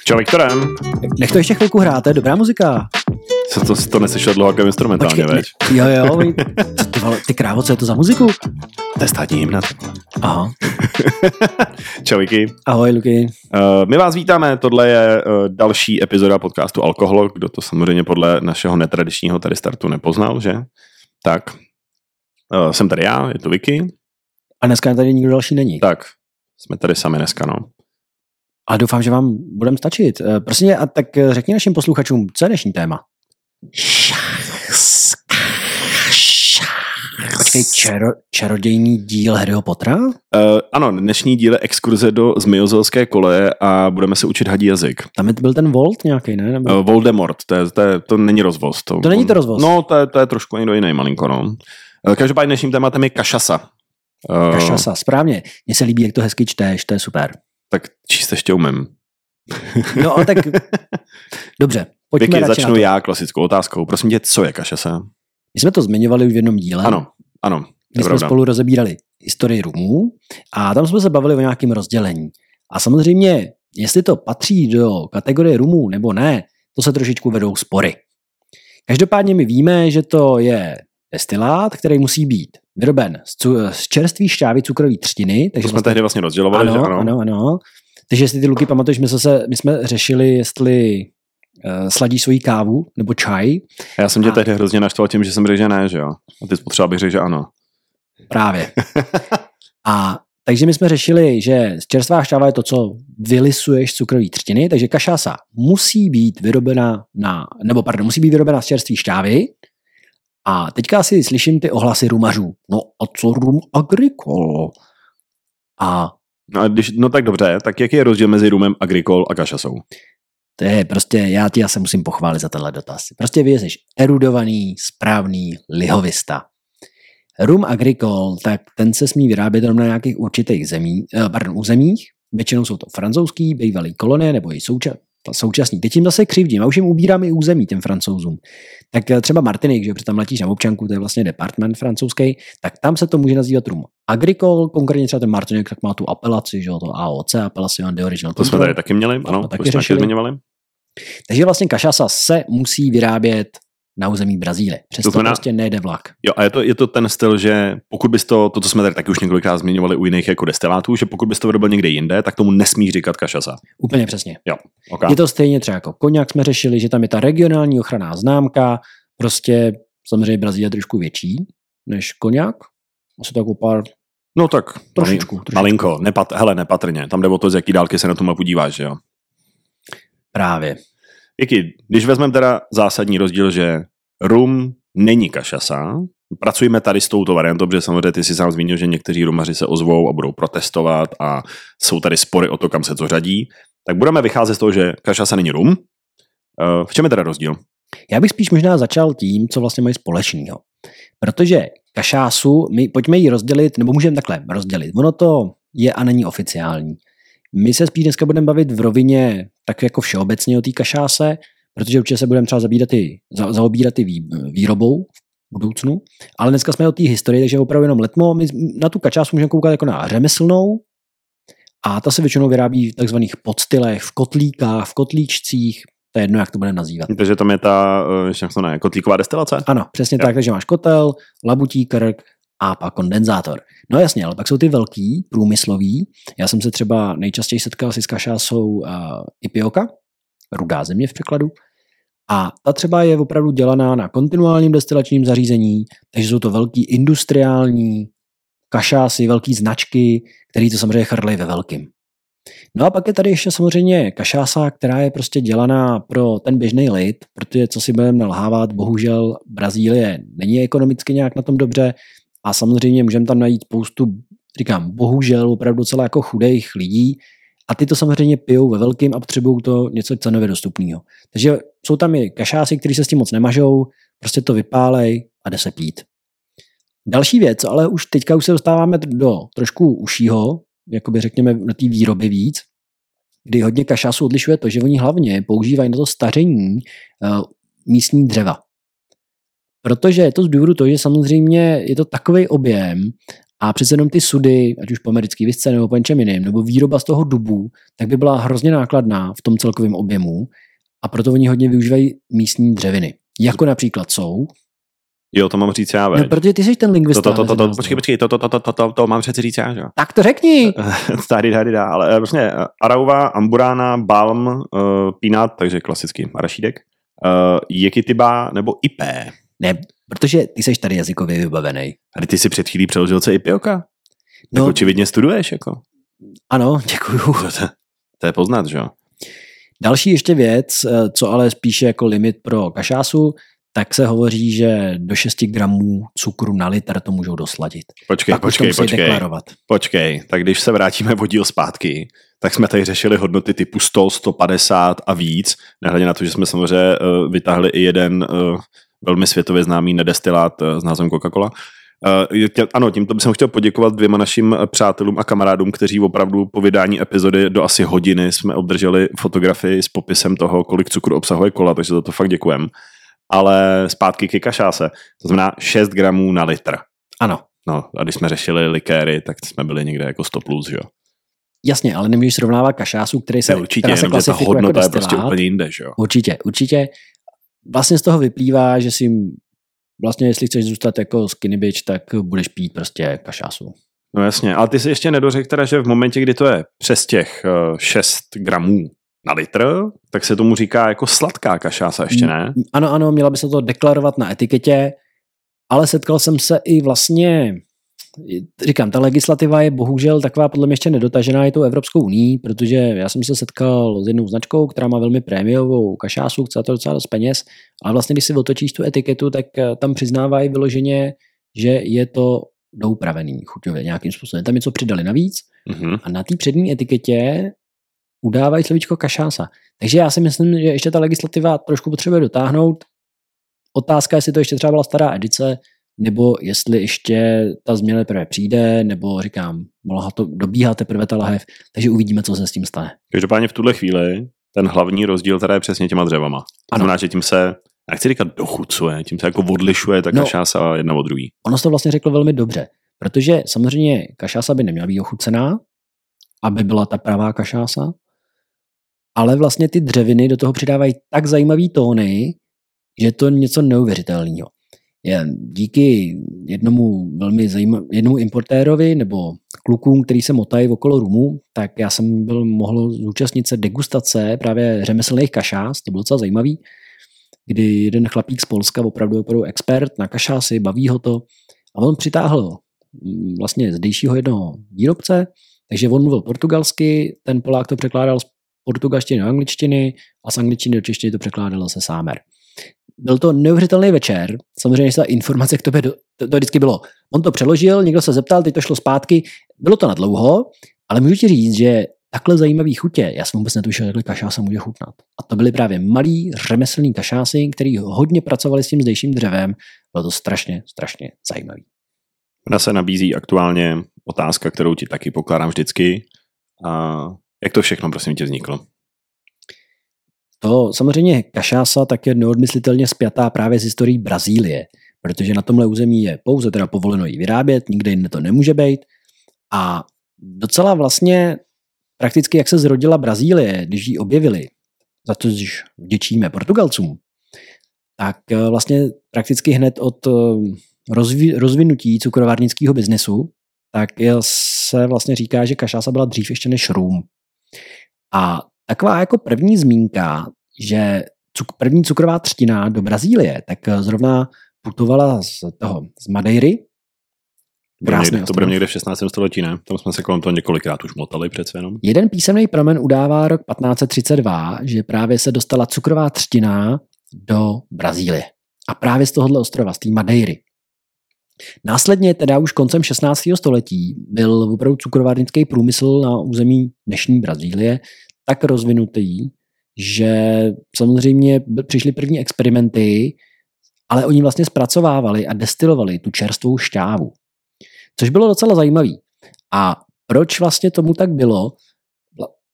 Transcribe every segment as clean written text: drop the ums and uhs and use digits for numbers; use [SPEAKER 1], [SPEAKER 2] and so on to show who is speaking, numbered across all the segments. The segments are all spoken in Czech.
[SPEAKER 1] Čau, Viktore.
[SPEAKER 2] Nech to ještě chvilku hrát, to je dobrá muzika.
[SPEAKER 1] To neslyšel dlouho jako instrumentálně, veď?
[SPEAKER 2] Jo, ty krávo, co je to za muziku?
[SPEAKER 1] To je státní hymna.
[SPEAKER 2] Aha.
[SPEAKER 1] Čau, Vicky.
[SPEAKER 2] Ahoj, Luky.
[SPEAKER 1] My vás vítáme, tohle je další epizoda podcastu Alkohol, kdo to samozřejmě podle našeho netradičního tady startu nepoznal, že? Tak, jsem tady já, je to Vicky.
[SPEAKER 2] A dneska tady nikdo další není.
[SPEAKER 1] Tak, jsme tady sami dneska, no.
[SPEAKER 2] A doufám, že vám budeme stačit. Prosím, a tak řekni našim posluchačům, co je dnešní téma? Počkej, čarodějný díl Harryho Pottera?
[SPEAKER 1] Ano, dnešní díl je exkurze do Zmijozelské koleje a budeme se učit hadí jazyk.
[SPEAKER 2] Tam byl ten Volt nějaký, ne? Nebo...
[SPEAKER 1] Voldemort, to není rozvoz.
[SPEAKER 2] To není to rozvoz?
[SPEAKER 1] No, to je trošku někdo jiný malinko, no. Každopádně dnešním tématem je kašasa.
[SPEAKER 2] Kašasa, správně. Mně se líbí, jak to hezky čteš, to je super.
[SPEAKER 1] Tak číst ještě umím.
[SPEAKER 2] No, tak dobře.
[SPEAKER 1] Vicky, začnu já klasickou otázkou. Prosím tě, co je kašasa?
[SPEAKER 2] My jsme to zmiňovali už v jednom díle.
[SPEAKER 1] Ano.
[SPEAKER 2] My jsme spolu rozebírali historii rumů a tam jsme se bavili o nějakém rozdělení. A samozřejmě, jestli to patří do kategorie rumů nebo ne, to se trošičku vedou spory. Každopádně my víme, že to je destilát, který musí být vyroben z čerství šťávy cukrové třtiny. Takže
[SPEAKER 1] to jsme tehdy vlastně rozdělovali, že ano?
[SPEAKER 2] Ano. Takže jestli ty, Luky, pamatuješ, my jsme řešili, jestli sladíš svoji kávu nebo čaj.
[SPEAKER 1] Já jsem tě tehdy hrozně naštval tím, že jsem řekl, že ne, že jo? A ty potřeba bych řekl, že ano. Právě.
[SPEAKER 2] A takže my jsme řešili, že čerstvá šťáva je to, co vylisuješ z cukrové třtiny, takže kašasa musí být vyrobena musí být vyrobena z čerství šťávy. A teďka asi slyším ty ohlasy rumařů. No a co rum agricole?
[SPEAKER 1] No tak dobře, tak jaký je rozdíl mezi rumem agricole a kašasou?
[SPEAKER 2] To je prostě, já se musím pochválit za tenhle dotaz. Prostě vy jsi erudovaný, správný lihovista. Rum agricole, tak ten se smí vyrábět jenom na nějakých určitých územích. Většinou jsou to francouzský, bývalý kolonie nebo i současný. Teď jim zase křivdím a už jim ubírám i území těm Francouzům. Tak třeba Martinique, že tam letíš na občanku, to je vlastně department francouzský, tak tam se to může nazývat rum agricole, konkrétně třeba ten Martinique tak má tu apelaci, že to AOC, Appellation d'Origine.
[SPEAKER 1] To jsme tady taky měli, ano,
[SPEAKER 2] to jsme
[SPEAKER 1] zmiňovali.
[SPEAKER 2] Takže vlastně kašasa se musí vyrábět na území Brazílie. Přesto to prostě nejde vlak.
[SPEAKER 1] Jo, a je to ten styl, že pokud bys to co jsme tady taky už několikrát zmiňovali u jiných jako destilátů, že pokud bys to vyrobil někde jinde, tak tomu nesmíš říkat kašasa.
[SPEAKER 2] Úplně přesně.
[SPEAKER 1] Jo, okay.
[SPEAKER 2] Je to stejně třeba jako koňak jsme řešili, že tam je ta regionální ochranná známka, prostě samozřejmě Brazílie je trošku větší než koňak. Asi tak o pár.
[SPEAKER 1] No tak
[SPEAKER 2] trošičku.
[SPEAKER 1] Malinko, nepatrně. Tam jde o to, z jaký dálky se na tu mapu díváš, že jo?
[SPEAKER 2] Právě.
[SPEAKER 1] Když vezmeme teda zásadní rozdíl, že rum není kašasa, pracujeme tady s touto variantou, protože samozřejmě ty si sám zmínil, že někteří rumaři se ozvou a budou protestovat a jsou tady spory o to, kam se to řadí, tak budeme vycházet z toho, že kašasa není rum. V čem je teda rozdíl?
[SPEAKER 2] Já bych spíš možná začal tím, co vlastně mají společného. Protože kašásu, my pojďme ji rozdělit, nebo můžeme takhle rozdělit. Ono to je a není oficiální. My se spíš dneska budeme bavit v rovině tak jako všeobecně o té kašáse, protože určitě se budeme třeba zaobírat i výrobou v budoucnu, ale dneska jsme o té historii, takže opravdu jenom letmo. My na tu kašásu můžeme koukat jako na řemeslnou a ta se většinou vyrábí v takzvaných podstylech, v kotlíkách, v kotlíčcích, to je jedno, jak to budeme nazývat.
[SPEAKER 1] Takže tam je ta kotlíková destilace?
[SPEAKER 2] Ano, přesně tak, takže máš kotel, labutí krk a pak kondenzátor. No jasně, ale pak jsou ty velký, průmyslový. Já jsem se třeba nejčastěji setkal si s kašásou Ipioka, rudá země v překladu. A ta třeba je opravdu dělaná na kontinuálním destilačním zařízení, takže jsou to velký industriální kašásy, velký značky, který to samozřejmě chrlí ve velkým. No a pak je tady ještě samozřejmě kašása, která je prostě dělaná pro ten běžný lid, protože co si budeme nalhávat, bohužel Brazílie není ekonomicky nějak na tom dobře a samozřejmě můžeme tam najít spoustu, říkám, bohužel opravdu docela jako chudých lidí a ty to samozřejmě pijou ve velkým a potřebují to něco cenově dostupného. Takže jsou tam i kašásy, kteří se s tím moc nemažou, prostě to vypálej a jde se pít. Další věc, ale už teďka už se dostáváme do trošku užšího, jakoby řekněme na té výroby víc, kdy hodně kašásů odlišuje to, že oni hlavně používají na to staření místní dřeva. Protože je to z důvodu toho, že samozřejmě je to takový objem A přece jenom ty sudy, ať už po americký visce nebo po něčem jiným, nebo výroba z toho dubu, tak by byla hrozně nákladná v tom celkovém objemu a proto oni hodně využívají místní dřeviny. Jako například jsou.
[SPEAKER 1] Jo, to mám říct já, veď.
[SPEAKER 2] No, protože ty jsi ten lingvista.
[SPEAKER 1] Počkej, to mám přece říct já, že jo?
[SPEAKER 2] Tak to řekni.
[SPEAKER 1] Ale vlastně arauva, amburána, balm, peanut, takže klasický arašídek, jekytiba nebo ipé.
[SPEAKER 2] Ne, protože ty jsi tady jazykově vybavený.
[SPEAKER 1] A ty jsi před chvílí přeložil se ipioka?
[SPEAKER 2] No,
[SPEAKER 1] tak očividně studuješ, jako.
[SPEAKER 2] Ano, děkuju.
[SPEAKER 1] To je poznat, že jo?
[SPEAKER 2] Další ještě věc, co ale spíše jako limit pro kašásu, tak se hovoří, že do 6 gramů cukru na litr to můžou dosladit.
[SPEAKER 1] Počkej, tak když se vrátíme o díl zpátky, tak jsme tady řešili hodnoty typu 100, 150 a víc, nehledě na to, že jsme samozřejmě vytáhli i jeden velmi světově známý nedestilát s názvem Coca-Cola. Ano, tímto bych chtěl poděkovat 2 našim přátelům a kamarádům, kteří opravdu po vydání epizody do asi hodiny jsme obdrželi fotografii s popisem toho, kolik cukru obsahuje kola, takže za to fakt děkujem. Ale zpátky ke kašáse, to znamená 6 gramů na litr.
[SPEAKER 2] Ano.
[SPEAKER 1] No a když jsme řešili likéry, tak jsme byli někde jako 100 plus, že jo?
[SPEAKER 2] Jasně, ale nemůžeš srovnávat kašásu, který se,
[SPEAKER 1] určitě, jenom, že ta hodnota jako je prostě úplně jinde, že jo?
[SPEAKER 2] Určitě. Vlastně z toho vyplývá, že si vlastně, jestli chceš zůstat jako skinny bitch, tak budeš pít prostě kašásu.
[SPEAKER 1] No jasně, ale ty si ještě nedořekl teda, že v momentě, kdy to je přes těch 6 gramů na litr, tak se tomu říká jako sladká kašása, ještě ne?
[SPEAKER 2] Ano, měla by se to deklarovat na etiketě, ale setkal jsem se i vlastně, říkám, ta legislativa je bohužel taková podle mě ještě nedotažená i tou Evropskou unii, protože já jsem se setkal s jednou značkou, která má velmi prémiovou kašásu, chce to docela dost peněz, ale vlastně když si otočíš tu etiketu, tak tam přiznávají vyloženě, že je to doupravený chuťově nějakým způsobem. Tam něco přidali navíc a na té přední etiketě udávají slovíčko kašása. Takže já si myslím, že ještě ta legislativa trošku potřebuje dotáhnout. Otázka, jestli to ještě třeba byla stará edice, nebo jestli ještě ta změna teprve přijde, nebo říkám, mohla to dobíhat teprve ta lahev, takže uvidíme, co se s tím stane.
[SPEAKER 1] Každopádně v tuhle chvíli ten hlavní rozdíl teda je přesně těma dřevama. To znamená, že tím se, nechci říkat dochucuje, tím se jako odlišuje ta kašása jedna od druhý.
[SPEAKER 2] Ono to vlastně řeklo velmi dobře, protože samozřejmě kašása by neměla být ochucená, aby byla ta pravá kašása, ale vlastně ty dřeviny do toho přidávají tak zajímavý tóny, že to je něco neuvěřitelného. Díky jednomu importérovi nebo klukům, který se motají okolo rumu, tak já jsem mohl zúčastnit se degustace právě řemeslných kašás, to bylo docela zajímavý, kdy jeden chlapík z Polska, opravdu expert na kašásy, baví ho to a on přitáhl vlastně zdejšího jednoho výrobce, takže on mluvil portugalsky, ten Polák to překládal z portugalštiny do angličtiny a z angličtiny do češtiny to překládal zase Sámer. Byl to neuvěřitelný večer, samozřejmě ta informace k tobě, to vždycky bylo. On to přeložil, někdo se zeptal, teď to šlo zpátky, bylo to na dlouho, ale můžu ti říct, že takhle zajímavý chutě, já jsem vůbec netušil, jak kašása může chutnat. A to byly právě malý řemeslný kašásy, který hodně pracovali s tím zdejším dřevem, bylo to strašně zajímavý.
[SPEAKER 1] Ona se nabízí aktuálně otázka, kterou ti taky pokládám vždycky. A jak to všechno, prosím tě, vzniklo?
[SPEAKER 2] To samozřejmě kašása tak je neodmyslitelně spjatá právě s historií Brazílie, protože na tomhle území je pouze teda povoleno ji vyrábět, nikde jinde to nemůže být. A docela vlastně prakticky jak se zrodila Brazílie, když ji objevili, za to vděčíme Portugalcům, tak vlastně prakticky hned od rozvinutí cukrovarnického biznesu, tak se vlastně říká, že kašása byla dřív ještě než rum. A taková jako první zmínka, že první cukrová třtina do Brazílie, tak zrovna putovala z Madeiry.
[SPEAKER 1] To bude někde v 16. století, ne? Tam jsme se kolem toho několikrát už motali přece jenom.
[SPEAKER 2] Jeden písemný pramen udává rok 1532, že právě se dostala cukrová třtina do Brazílie. A právě z tohohle ostrova, z té Madeiry. Následně teda už koncem 16. století byl opravdu cukrovarnický průmysl na území dnešní Brazílie tak rozvinutý, že samozřejmě přišly první experimenty, ale oni vlastně zpracovávali a destilovali tu čerstvou šťávu. Což bylo docela zajímavý. A proč vlastně tomu tak bylo?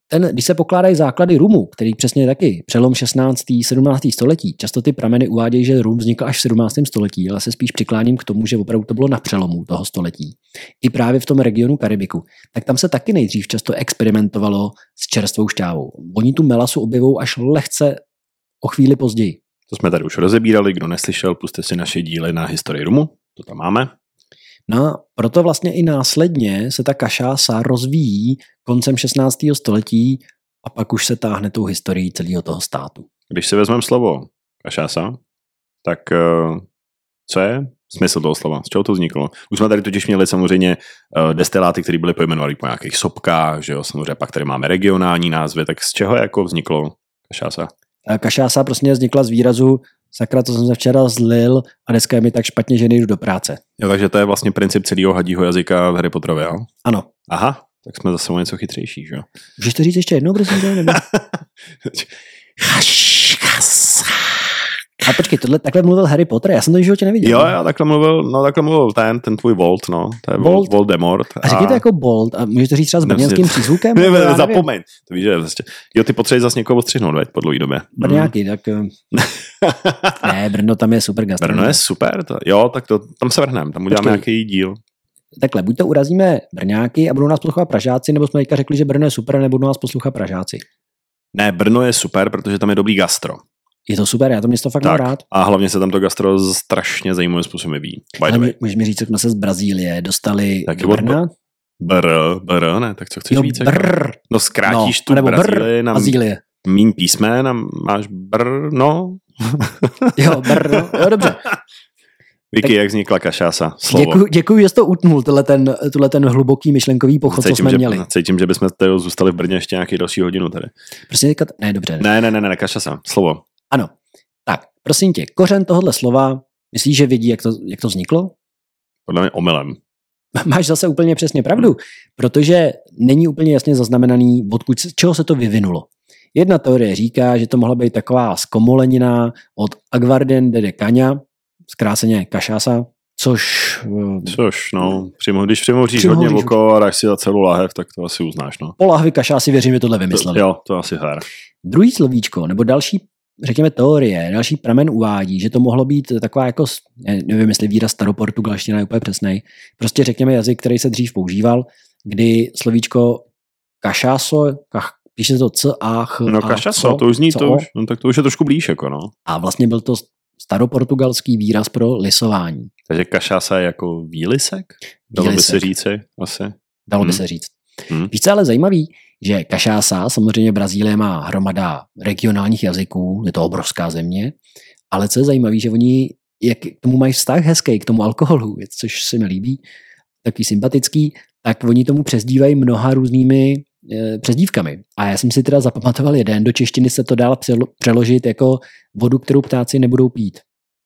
[SPEAKER 2] když se pokládají základy rumu, který přesně taky přelom 16. 17. století, často ty prameny uvádějí, že rum vznikl až v 17. století, ale se spíš přikláním k tomu, že opravdu to bylo na přelomu toho století. I právě v tom regionu Karibiku. Tak tam se taky nejdřív často experimentovalo s čerstvou šťávou. Oni tu melasu objevují až lehce o chvíli později.
[SPEAKER 1] To jsme tady už rozebírali, kdo neslyšel, puste si naše díly na historii rumu, to tam máme.
[SPEAKER 2] No, proto vlastně i následně se ta kašása rozvíjí koncem 16. století a pak už se táhne tou historií celého toho státu.
[SPEAKER 1] Když si vezmeme slovo kašása, tak co je smysl toho slova? Z čeho to vzniklo? Už jsme tady totiž měli samozřejmě destiláty, které byly pojmenovány po nějakých sopkách, že jo, samozřejmě pak tady máme regionální názvy, tak z čeho jako vzniklo kašása?
[SPEAKER 2] Kašása prostě vznikla z výrazu sakra, to jsem se včera zlil a dneska je mi tak špatně, že nejdu do práce.
[SPEAKER 1] Jo, takže to je vlastně princip celého hadího jazyka v Harry Potterově, jo?
[SPEAKER 2] Ano.
[SPEAKER 1] Aha, tak jsme zase o něco chytřejší, že jo?
[SPEAKER 2] Můžeš to říct ještě jednou, prosím tě, nebo? A počkej, takhle mluvil Harry Potter, já jsem to v životě neviděl.
[SPEAKER 1] Jo, takhle mluvil ten tvůj Volt, no. To je Voldemort.
[SPEAKER 2] A řekni to jako Bolt a můžeš to říct třeba s brněnským přízvukem?
[SPEAKER 1] Zapomeň. To víš, že vlastně. Jo, ty potřebuješ zase někoho odstřihnout, veď, po dlouhý době.
[SPEAKER 2] Brňáky, tak... Ne, Brno tam je super gastronomie.
[SPEAKER 1] Brno je super, jo, tak tam se vrhneme, tam uděláme nějaký díl.
[SPEAKER 2] Takhle, buď to urazíme Brňáky a budou nás poslouchat Pražáci, nebo jsme teďka řekli, že Brno je super, nebo budou nás poslouchat Pražáci.
[SPEAKER 1] Ne, Brno je super, protože tam je dobrý gastro.
[SPEAKER 2] Je to super, já to město fakt mám rád.
[SPEAKER 1] A hlavně se tam to gastro strašně zajímavým způsobem vyvíjí.
[SPEAKER 2] Můžeš mi říct, jak jsme se z Brazílie dostali
[SPEAKER 1] taky
[SPEAKER 2] do Brna?
[SPEAKER 1] Br, ne, tak co chceš víc? No zkrátíš tu Brazílii na míň písmen a máš Brno.
[SPEAKER 2] Jo, Brno, jo, dobře.
[SPEAKER 1] Vicky, jak vznikla kašása? Slovo.
[SPEAKER 2] Děkuji, že jsi to utnul, tuhle ten hluboký myšlenkový pochod, co jsme měli.
[SPEAKER 1] Cítím, že bychom tady zůstali v Brně ještě nějaký další hodinu tady.
[SPEAKER 2] Prosím tě, ne, dobře.
[SPEAKER 1] Ne, kašása, slovo.
[SPEAKER 2] Ano, tak, prosím tě, kořen tohohle slova, myslíš, že vědí, jak to vzniklo?
[SPEAKER 1] Podle mě omylem.
[SPEAKER 2] Máš zase úplně přesně pravdu, protože není úplně jasně zaznamenaný, odkud, čeho se to vyvinulo. Jedna teorie říká, že to mohla být taková zkomolenina od aguardiente de caña, zkráceně kašása, což
[SPEAKER 1] no, když přimoříš hodně oko a dáš si za celou láhev, tak to asi uznáš, no.
[SPEAKER 2] Po láhvi kašásy věřím, že tohle vymysleli.
[SPEAKER 1] Jo, to asi her.
[SPEAKER 2] Druhý slovíčko, nebo další, řekněme teorie, další pramen uvádí, že to mohlo být taková jako, nevím, jestli výraz staroportugalština je úplně přesnej, prostě řekněme jazyk, který se dřív používal, kdy slovíčko kašáso, píše to C-A-H-A-C.
[SPEAKER 1] No kašaso, to už zní, no, tak to už je trošku blíž, jako no.
[SPEAKER 2] A vlastně byl to staroportugalský výraz pro lisování.
[SPEAKER 1] Takže kašása je jako výlisek? Dalo by se říci asi.
[SPEAKER 2] Dalo by se říct. Víš, co je ale zajímavý, že kašása, samozřejmě Brazílie má hromada regionálních jazyků, je to obrovská země, ale co je zajímavé, že oni k tomu mají vztah hezký, k tomu alkoholu, což se mi líbí, taky sympatický, tak oni tomu přezdívají mnoha různými přezdívkami. A já jsem si teda zapamatoval jeden, do češtiny se to dá přeložit jako vodu, kterou ptáci nebudou pít.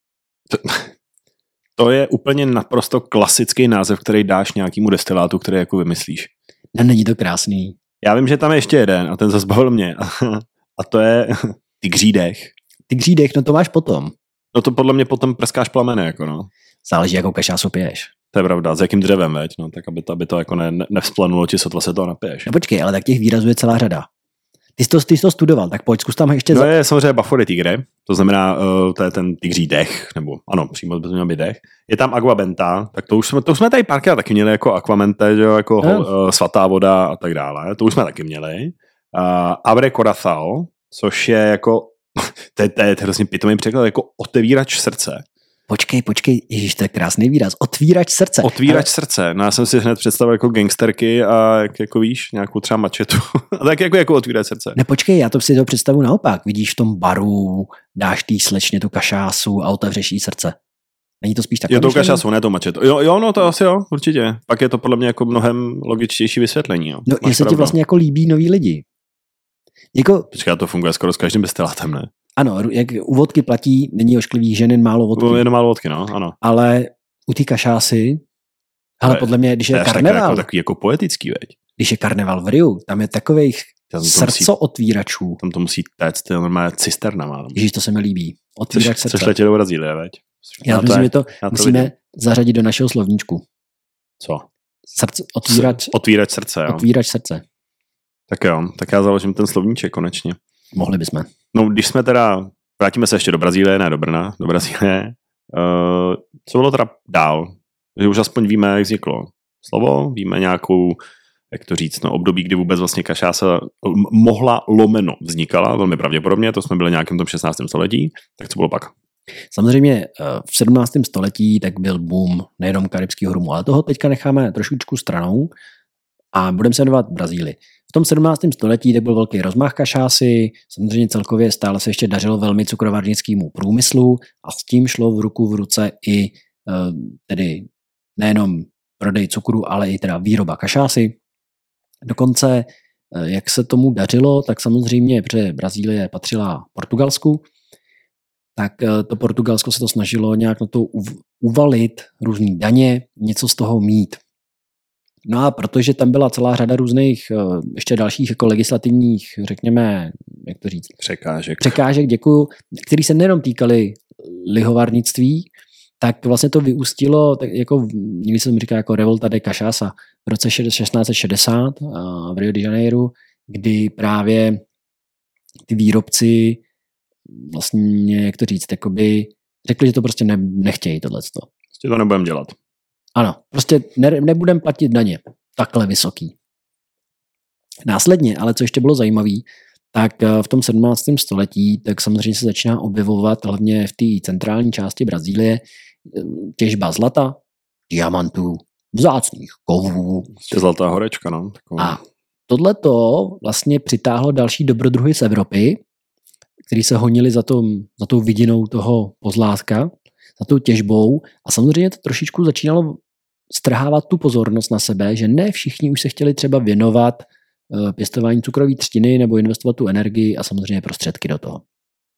[SPEAKER 1] To je úplně naprosto klasický název, který dáš nějakému destilátu, který jako vymyslíš.
[SPEAKER 2] No, není to krásný.
[SPEAKER 1] Já vím, že tam je ještě jeden a ten zase bavil mě. A to je tygří dech.
[SPEAKER 2] Tygří dech, no to máš potom.
[SPEAKER 1] No to podle mě potom prskáš plameny, jako no.
[SPEAKER 2] Záleží, jakou kašásu piješ.
[SPEAKER 1] To je pravda, s jakým dřevem, veď? No, tak aby to jako nevzplanulo, či sotva se toho napiješ.
[SPEAKER 2] No počkej, ale tak těch výrazů je celá řada. Ty jsi to studoval, tak pojď, zkus tam ještě...
[SPEAKER 1] No je samozřejmě Bafo de Tigre, to znamená, to je ten tygří dech, nebo ano, přímo by to měl být dech. Je tam agua benta, tak to už jsme tady párkrát taky měli jako aquamente, že jo, jako svatá voda a tak dále, to už jsme taky měli. Abre corazao, což je jako, to je hrozně pitomý překlad, jako otevírač srdce.
[SPEAKER 2] Počkej, ježiš, to je krásný výraz. Otvírač srdce.
[SPEAKER 1] Otvírač srdce. No já jsem si hned představil jako gangsterky a jako víš, nějakou třeba mačetu. A tak jako otvírač srdce.
[SPEAKER 2] Ne, počkej, já to si to představu naopak. Vidíš v tom baru, dáš tý slečně tu kašásu a otevřeš jí srdce. Není to spíš takové?
[SPEAKER 1] Jo, to kašásu, ne to mačetu. Jo, no to asi jo, určitě. Pak je to podle mě jako mnohem logičtější vysvětlení. Jo.
[SPEAKER 2] No, jestli ti vlastně jako líbí noví lidi.
[SPEAKER 1] Počkej, to funguje skoro s každým destilátem, ne?
[SPEAKER 2] Ano, jak u vodky platí, není ošklivý žen, jen málo vodky.
[SPEAKER 1] Jen málo vodky, no, ano.
[SPEAKER 2] Ale u té kašásy, ale podle mě, když je karneval...
[SPEAKER 1] Takový jako poetický, veď.
[SPEAKER 2] Když je karneval v Riu, tam je takových srdcotvíračů.
[SPEAKER 1] Tam to musí téct, to je normálně cisterna.
[SPEAKER 2] Ježíš, to se mi líbí. Otvírač srdce.
[SPEAKER 1] Což letě do Brazílie, veď.
[SPEAKER 2] Já myslím, že to musíme zařadit do našeho slovníčku.
[SPEAKER 1] Co?
[SPEAKER 2] Otvírač
[SPEAKER 1] srdce, jo.
[SPEAKER 2] Otvírač srdce.
[SPEAKER 1] Tak jo, tak já založím ten slovníček konečně.
[SPEAKER 2] Mohli bychom.
[SPEAKER 1] No, když jsme teda, vrátíme se ještě do Brazílie, ne do Brna, do Brazílie. Co bylo teda dál? Že už aspoň víme, jak vzniklo slovo, víme nějakou, jak to říct, no, období, kdy vůbec vlastně kašása mohla lomeno vznikala, velmi pravděpodobně, to jsme byli nějakým tom 16. století, tak co bylo pak?
[SPEAKER 2] Samozřejmě v 17. století tak byl boom nejenom karibského rumu, ale toho teďka necháme trošičku stranou a budeme se věnovat Brazílii. V tom 17. století tak byl velký rozmach kašásy, samozřejmě celkově stále se ještě dařilo velmi cukrovarnickému průmyslu a s tím šlo v ruku v ruce i tedy nejenom prodej cukru, ale i teda výroba kašásy. Dokonce, jak se tomu dařilo, tak samozřejmě, protože Brazílie patřila Portugalsku, tak to Portugalsko se to snažilo nějak na to uvalit různý daně, něco z toho mít. No a protože tam byla celá řada různých ještě dalších jako legislativních, řekněme, jak to říct? Překážek, děkuju, který se nejenom týkaly lihovarnictví, tak vlastně to vyústilo, tak jako někdy se mi říká jako revolta de cachaça v roce 1660 v Rio de Janeiro, kdy právě ty výrobci vlastně, jak to říct, jakoby řekli, že to prostě nechtějí tohleto.
[SPEAKER 1] Prostě to nebudeme dělat.
[SPEAKER 2] Ano, prostě nebudeme platit daně takhle vysoký. Následně, ale co ještě bylo zajímavé, tak v tom 17. století tak samozřejmě se začíná objevovat hlavně v té centrální části Brazílie těžba zlata, diamantů, vzácných kovů.
[SPEAKER 1] Zlatá horečka, no. Taková.
[SPEAKER 2] A tohleto vlastně přitáhlo další dobrodruhy z Evropy, kteří se honili za tou vidinou toho pozlátka, za tou těžbou a samozřejmě to trošičku začínalo strhávat tu pozornost na sebe, že ne všichni už se chtěli třeba věnovat pěstování cukrové třtiny nebo investovat tu energii a samozřejmě prostředky do toho.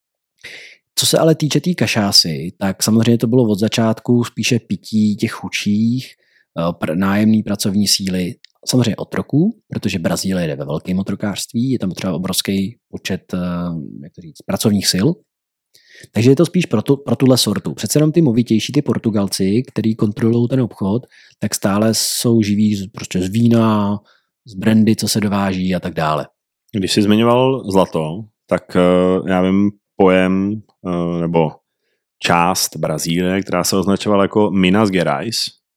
[SPEAKER 2] Co se ale týče té kašásy, tak samozřejmě to bylo od začátku spíše pití těch chudších, nájemný pracovní síly, samozřejmě otroků, protože Brazílie jde ve velkém otrokářství, je tam třeba obrovský počet jak to říct, pracovních sil. Takže je to spíš pro tuhle sortu. Přece jenom ty movitější, ty Portugalci, kteří kontrolují ten obchod, tak stále jsou živí prostě z vína, z brandy, co se dováží a tak dále.
[SPEAKER 1] Když jsi zmiňoval zlato, tak já vím pojem nebo část Brazílie, která se označovala jako Minas Gerais.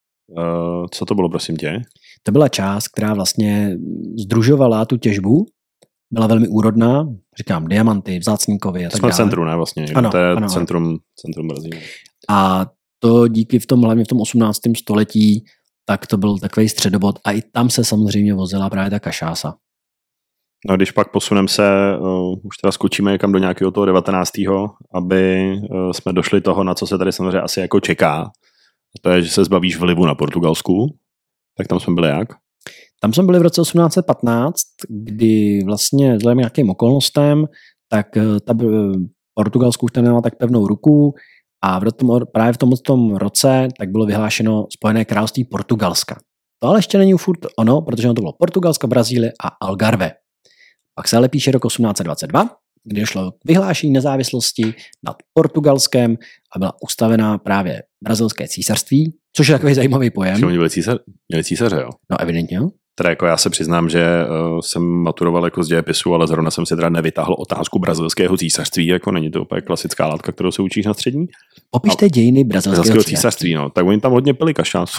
[SPEAKER 1] Co to bylo, prosím tě?
[SPEAKER 2] To byla část, která vlastně sdružovala tu těžbu, byla velmi úrodná, říkám, diamanty, vzácný kovy a tak dále.
[SPEAKER 1] Jsme v centru, ne vlastně?
[SPEAKER 2] Ano,
[SPEAKER 1] to je
[SPEAKER 2] ano.
[SPEAKER 1] centrum Brazílie.
[SPEAKER 2] A to díky hlavně v tom 18. století, tak to byl takový středobod a i tam se samozřejmě vozila právě ta kašása.
[SPEAKER 1] No když pak posuneme se, už teda skočíme někam do nějakého toho 19. aby jsme došli toho, na co se tady samozřejmě asi jako čeká. A to je, že se zbavíš vlivu na Portugalsku. Tak tam jsme byli jak?
[SPEAKER 2] Tam jsme byli v roce 1815, kdy vlastně vzhledem nějakým okolnostem, tak ta Portugalsku už tam nemá tak pevnou ruku a právě v tomto roce tak bylo vyhlášeno Spojené království Portugalska. To ale ještě není furt ono, protože to bylo Portugalska, Brazílie a Algarve. Pak se ale píše rok 1822, kdy došlo k vyhlášení nezávislosti nad Portugalskem a byla ustavená právě brazilské císařství, což je takový zajímavý pojem.
[SPEAKER 1] Oni měli císaře, jo?
[SPEAKER 2] No evidentně, jo.
[SPEAKER 1] Teda jako já se přiznám, že jsem maturoval jako z dějepisu, ale zrovna jsem si teda nevytáhl otázku brazilského císařství, jako není to úplně klasická látka, kterou se učíš na střední.
[SPEAKER 2] Popište dějiny brazilského
[SPEAKER 1] císařství. No, tak oni tam hodně pili kašásu.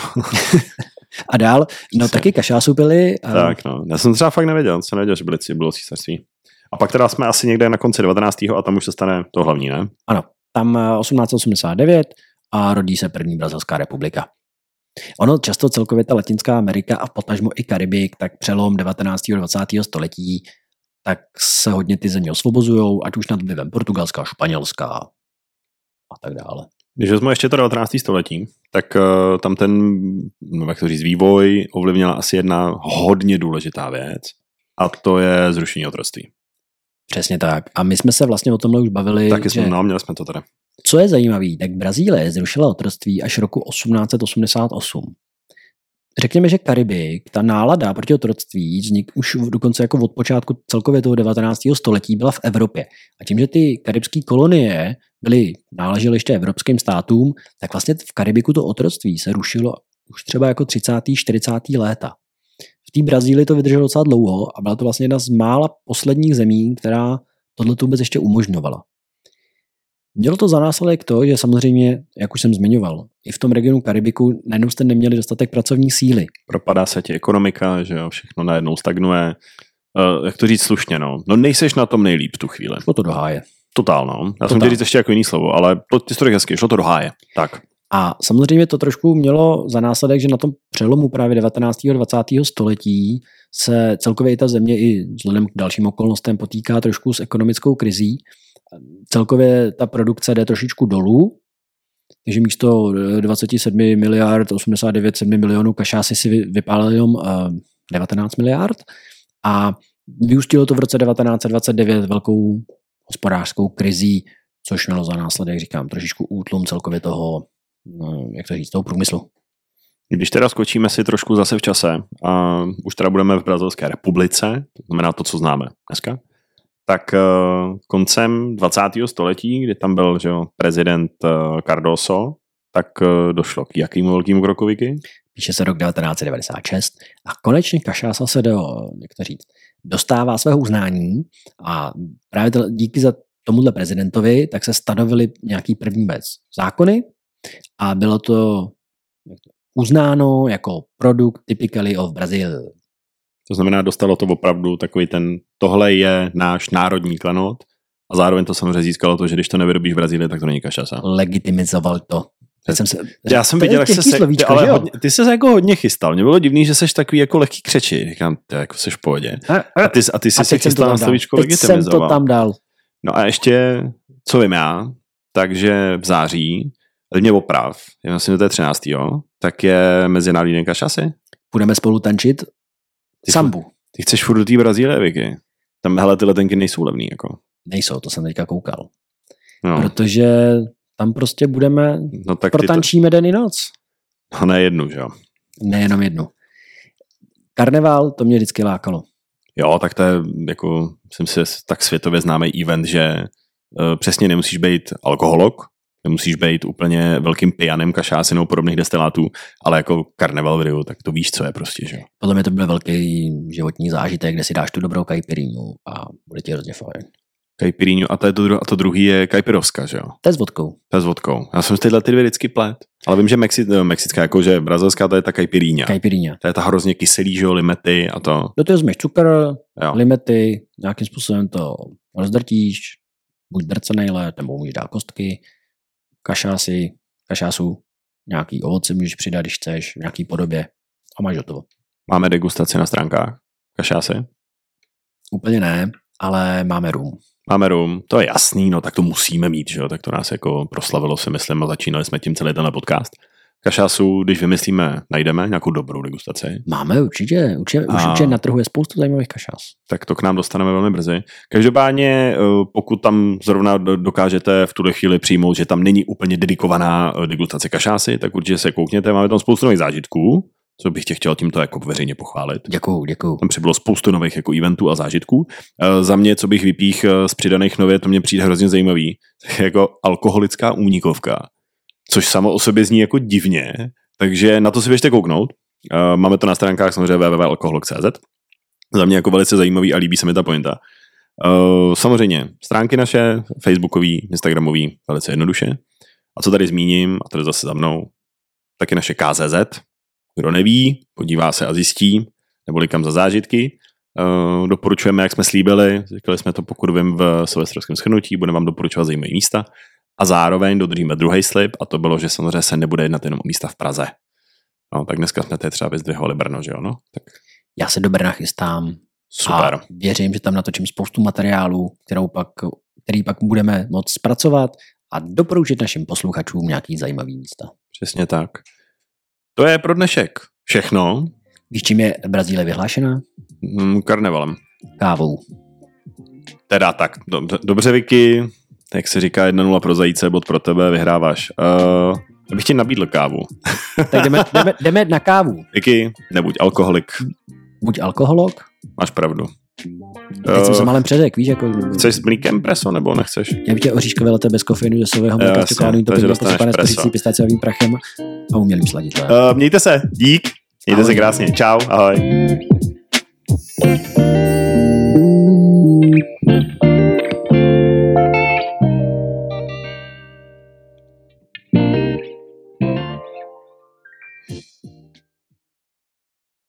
[SPEAKER 2] A dál, no taky kašásu pili.
[SPEAKER 1] Tak no, já jsem třeba fakt nevěděl, že bylo císařství. A pak teda jsme asi někde na konci 19. a tam už se stane to hlavní, ne?
[SPEAKER 2] Ano, tam 1889 a rodí se první Brazilská republika. Ono často celkově ta Latinská Amerika a potažmo i Karibik, tak přelom 19. a 20. století, tak se hodně ty země osvobozujou, ať už nad vlivem Portugalska, Španělska a tak dále.
[SPEAKER 1] Když vezmu ještě to 19. století, tak tam ten, jak to říct, vývoj ovlivnila asi jedna hodně důležitá věc a to je zrušení otroctví.
[SPEAKER 2] Přesně tak. A my jsme se vlastně o tomhle už bavili.
[SPEAKER 1] Taky měli jsme to tady.
[SPEAKER 2] Co je zajímavé, tak Brazílie zrušila otroctví až roku 1888. Řekněme, že Karibik, ta nálada proti otroctví vznik už dokonce jako od počátku celkově toho 19. století byla v Evropě. A tím, že ty karibské kolonie náležely ještě evropským státům, tak vlastně v Karibiku to otroctví se rušilo už třeba jako 30. 40. léta. V té Brazílii to vydrželo docela dlouho a byla to vlastně jedna z mála posledních zemí, která tohle vůbec ještě umožňovala. Mělo to za následek to, že samozřejmě, jak už jsem zmiňoval, i v tom regionu Karibiku najednou jste neměli dostatek pracovní síly.
[SPEAKER 1] Propadá se ti ekonomika, že jo, všechno najednou stagnuje. Jak to říct slušně, no. No nejseš na tom nejlíp v tu chvíli.
[SPEAKER 2] Šlo to do háje.
[SPEAKER 1] Totál, no. Já jsem chtěl říct ještě jako jiný slovo, ale ty to hezky, šlo to do háje. Tak.
[SPEAKER 2] A samozřejmě to trošku mělo za následek, že na tom přelomu právě 19. a 20. století se celkově i ta země i vzhledem k dalším okolnostem potýká trošku s ekonomickou krizí. Celkově ta produkce jde trošičku dolů, takže místo 27 miliard 89 milionů kašásy si vypálili jenom 19 miliard a vyústilo to v roce 1929 velkou hospodářskou krizí, což mělo za následek, říkám, trošičku útlum celkově toho, jak to říct, toho průmyslu.
[SPEAKER 1] Když teda skočíme si trošku zase v čase a už teda budeme v Brazilské republice, to znamená to, co známe dneska, tak koncem 20. století, kdy tam byl že jo, prezident Cardoso, tak došlo k jakým velkým kroku, Vicky?
[SPEAKER 2] Píše se rok 1996 a konečně Cachaça se dostává svého uznání a právě díky za tomuhle prezidentovi tak se stanovily nějaký první zákony a bylo to uznáno jako produkt typically of Brazil.
[SPEAKER 1] To znamená, dostalo to opravdu takový tohle je náš národní klenot a zároveň to samozřejmě získalo to, že když to nevyrobíš v Brazílii, tak to není kašasa.
[SPEAKER 2] Legitimizoval to.
[SPEAKER 1] Já jsem viděl, jak ty se jako hodně chystal. Mně bylo divný, že seš takový jako lehký křeči. Říkám, ty jako seš v pohodě. A ty jsi se chystal na slovíčko legitimizoval.
[SPEAKER 2] Teď jsem to tam dal.
[SPEAKER 1] No a ještě, co vím já, takže v září, ale mě oprav, já myslím, že to je 13. Tak je Mezinárodní den kašasy.
[SPEAKER 2] Budeme spolu tančit sambu.
[SPEAKER 1] Ty chceš furt do té Brazílie, Vicky. Tam, hele, ty letenky nejsou levný, jako.
[SPEAKER 2] Nejsou, to jsem teďka koukal.
[SPEAKER 1] No.
[SPEAKER 2] Protože tam prostě budeme, protančíme den i noc.
[SPEAKER 1] No ne jednu, že jo?
[SPEAKER 2] Nejenom jednu. Karneval, to mě vždycky lákalo.
[SPEAKER 1] Jo, tak to je, jako, myslím si, tak světově známý event, že přesně nemusíš být alkoholok, nemusíš být úplně velkým pijanem, kašásinou, podobných destilátů, ale jako karneval v Riu, tak to víš, co je prostě, že jo?
[SPEAKER 2] Podle mě to byl velký životní zážitek, kde si dáš tu dobrou caipirinhu a bude ti hrozně fajn.
[SPEAKER 1] Caipirinhu a to druhý je caipirovska, že jo?
[SPEAKER 2] To je s vodkou.
[SPEAKER 1] To je s vodkou. Já jsem tyhle ty dvě vždycky plet. Ale vím, že mexická, jakože brazilská, to je ta caipirinha.
[SPEAKER 2] Caipirinha.
[SPEAKER 1] To je ta hrozně kyselý, že jo, limety a to.
[SPEAKER 2] Do toho zmeš cukr, limety, nějakým způsobem to rozdrtíš, buď drcenej led, nebo můžeš dát kostky, kašásu, nějaký ovoce můžeš přidat, když chceš, v nějaký podobě a máš hotovo.
[SPEAKER 1] Máme degustaci na stránkách kašásy?
[SPEAKER 2] Úplně ne, ale máme rum.
[SPEAKER 1] Máme rum, to je jasný, no tak to musíme mít, že jo, tak to nás jako proslavilo, si myslím, a začínali jsme tím celý tenhle podcast. Kašásu, když vymyslíme, najdeme nějakou dobrou degustaci.
[SPEAKER 2] Máme určitě na trhu je spoustu zajímavých kašás.
[SPEAKER 1] Tak to k nám dostaneme velmi brzy. Každopádně, pokud tam zrovna dokážete v tuhle chvíli přijmout, že tam není úplně dedikovaná degustace kašásy, tak určitě se koukněte, máme tam spoustu nových zážitků, co bych tě chtěl tímto jako veřejně pochválit.
[SPEAKER 2] Děkuju.
[SPEAKER 1] Tam přibylo spoustu nových jako eventů a zážitků. Za mě, co bych vypích z přidaných nově, to mě přijde hrozně zajímavý, jako alkoholická únikovka, což samo o sobě zní jako divně, takže na to si běžte kouknout. Máme to na stránkách samozřejmě www.alkoholok.cz. Za mě jako velice zajímavý a líbí se mi ta pointa. Samozřejmě stránky naše, facebookový, instagramový, velice jednoduše. A co tady zmíním, a to je zase za mnou, taky naše KZZ. Kdo neví, podívá se a zjistí, neboli kam za zážitky. Doporučujeme, jak jsme slíbili, říkali jsme to, pokud vím, v silvestrovském shrnutí, budeme vám doporučovat zajímavé místa. A zároveň dodržíme druhý slib, a to bylo, že samozřejmě se nebude jednat jenom o místa v Praze. No, tak dneska jsme tady třeba vyzdvihovali Brno, že jo? No? Tak.
[SPEAKER 2] Já se do Brna chystám.
[SPEAKER 1] Super.
[SPEAKER 2] A věřím, že tam natočím spoustu materiálů, který pak budeme moct zpracovat a doporučit našim posluchačům nějaký zajímavý místa.
[SPEAKER 1] Přesně tak. To je pro dnešek všechno.
[SPEAKER 2] Víš, čím je Brazílie vyhlášená?
[SPEAKER 1] Karnevalem.
[SPEAKER 2] Kávou.
[SPEAKER 1] Teda tak, dobře Vicky, jak se říká 1-0 pro zajíce, bod pro tebe, vyhráváš. Já bych ti nabídl kávu.
[SPEAKER 2] Tak jdeme na kávu.
[SPEAKER 1] Vicky, nebuď alkoholik.
[SPEAKER 2] Buď alkoholok.
[SPEAKER 1] Máš pravdu.
[SPEAKER 2] Teď jsem se malem předek, víš, jako...
[SPEAKER 1] Chceš s mlíkem preso, nebo nechceš?
[SPEAKER 2] Já bych tě oříškové latte bez kofeinu, ze sového mléka, čokoládovým topení, posypané s kořicí, pistáciovým prachem a umělým sladidlem.
[SPEAKER 1] Mějte se, dík, mějte se krásně, čau, ahoj.